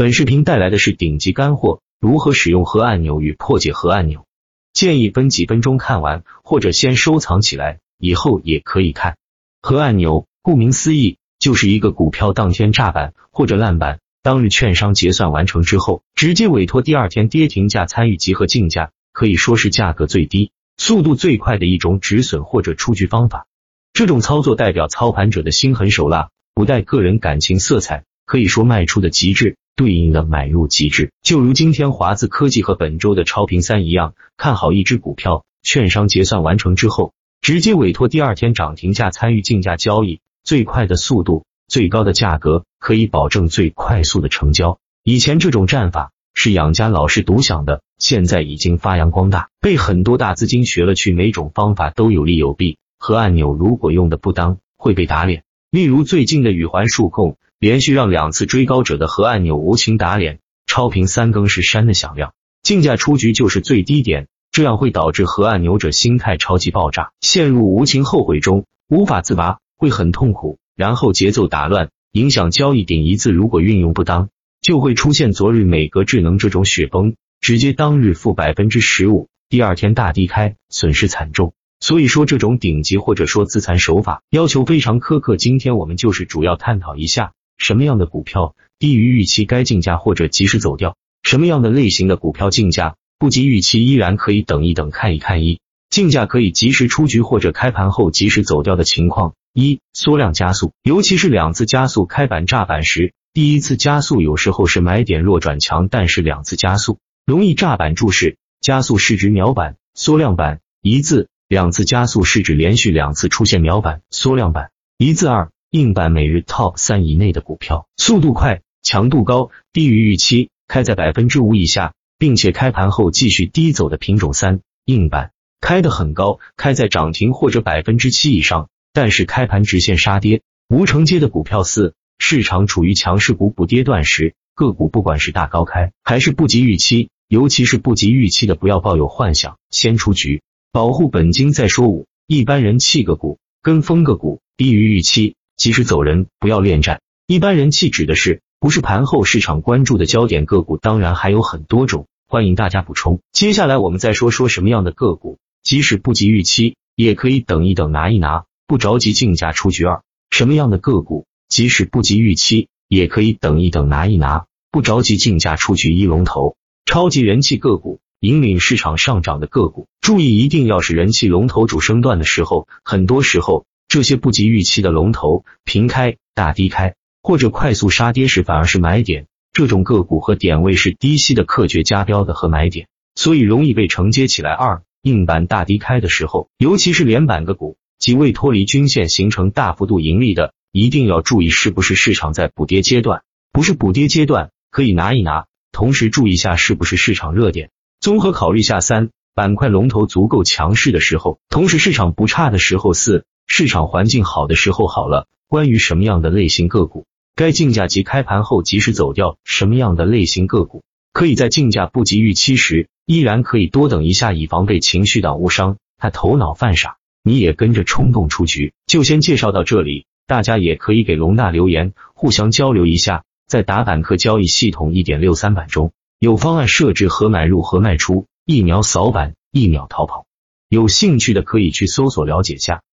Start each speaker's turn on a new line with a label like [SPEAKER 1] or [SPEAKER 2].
[SPEAKER 1] 本视频带来的是顶级干货，如何使用核按钮与破解核按钮。建议分几分钟看完，或者先收藏起来，以后也可以看。核按钮顾名思义，就是一个股票当天炸板或者烂板，当日券商结算完成之后，直接委托第二天跌停价参与集合竞价，可以说是价格最低、速度最快的一种止损或者出局方法。这种操作代表操盘者的心狠手辣，不带个人感情色彩，可以说卖出的极致对应的买入极致。就如今天华资科技和本周的超频3一样，看好一只股票，券商结算完成之后，直接委托第二天涨停价参与竞价交易，最快的速度、最高的价格，可以保证最快速的成交。以前这种战法是养家老师独享的，现在已经发扬光大，被很多大资金学了去，每种方法都有利有弊。核按钮如果用的不当，会被打脸。例如最近的宇环数控，连续让2次追高者的核按钮无情打脸，超频3更是山的响亮，竞价出局就是最低点，这样会导致核按钮者心态超级爆炸，陷入无情后悔中，无法自拔，会很痛苦，然后节奏打乱，影响交易点一字如果运用不当，就会出现昨日美格智能这种雪崩，直接当日负 15%， 第二天大低开，损失惨重。所以说这种顶级或者说自残手法要求非常苛刻。今天我们就是主要探讨一下什么样的股票低于预期该竞价或者及时走掉，什么样的类型的股票竞价不及预期依然可以等一等看一看。竞价可以及时出局或者开盘后及时走掉的情况。缩量加速，尤其是2次加速开板炸板时，第一次加速有时候是买点弱转强，但是2次加速容易炸板注释，加速是指秒板、缩量板一字，2次加速是指连续2次出现秒板、缩量板一字。硬板每日 Top 3以内的股票，速度快、强度高、低于预期，开在 5% 以下，并且开盘后继续低走的品种。硬板开得很高，开在涨停或者 7% 以上，但是开盘直线杀跌，无承接的股票。市场处于强势股补跌段时，个股不管是大高开还是不及预期，尤其是不及预期的不要抱有幻想，先出局，保护本金再说。一般人气个股、跟风个股低于预期，及时走人，不要恋战。一般人气指的是不是盘后市场关注的焦点个股，当然还有很多种，欢迎大家补充。接下来我们再说什么样的个股即使不及预期也可以等一等拿一拿，不着急竞价出局。什么样的个股即使不及预期也可以等一等拿一拿，不着急竞价出局。龙头超级人气个股，引领市场上涨的个股，注意一定要是人气龙头主升段的时候，很多时候这些不及预期的龙头平开、大低开或者快速杀跌时反而是买点，这种个股和点位是低吸的克绝加标的和买点，所以容易被承接起来。硬板大低开的时候，尤其是连板个股即未脱离均线形成大幅度盈利的，一定要注意是不是市场在补跌阶段，不是补跌阶段可以拿一拿，同时注意下是不是市场热点。综合考虑下。板块龙头足够强势的时候，同时市场不差的时候。市场环境好的时候。好了，关于什么样的类型个股该竞价及开盘后及时走掉，什么样的类型个股可以在竞价不及预期时依然可以多等一下，以防被情绪党误伤，他头脑犯傻你也跟着冲动出局。就先介绍到这里，大家也可以给龙大留言，互相交流一下。在打板客交易系统 1.63 版中，有方案设置核买入核卖出，1秒扫板1秒逃跑，有兴趣的可以去搜索了解下。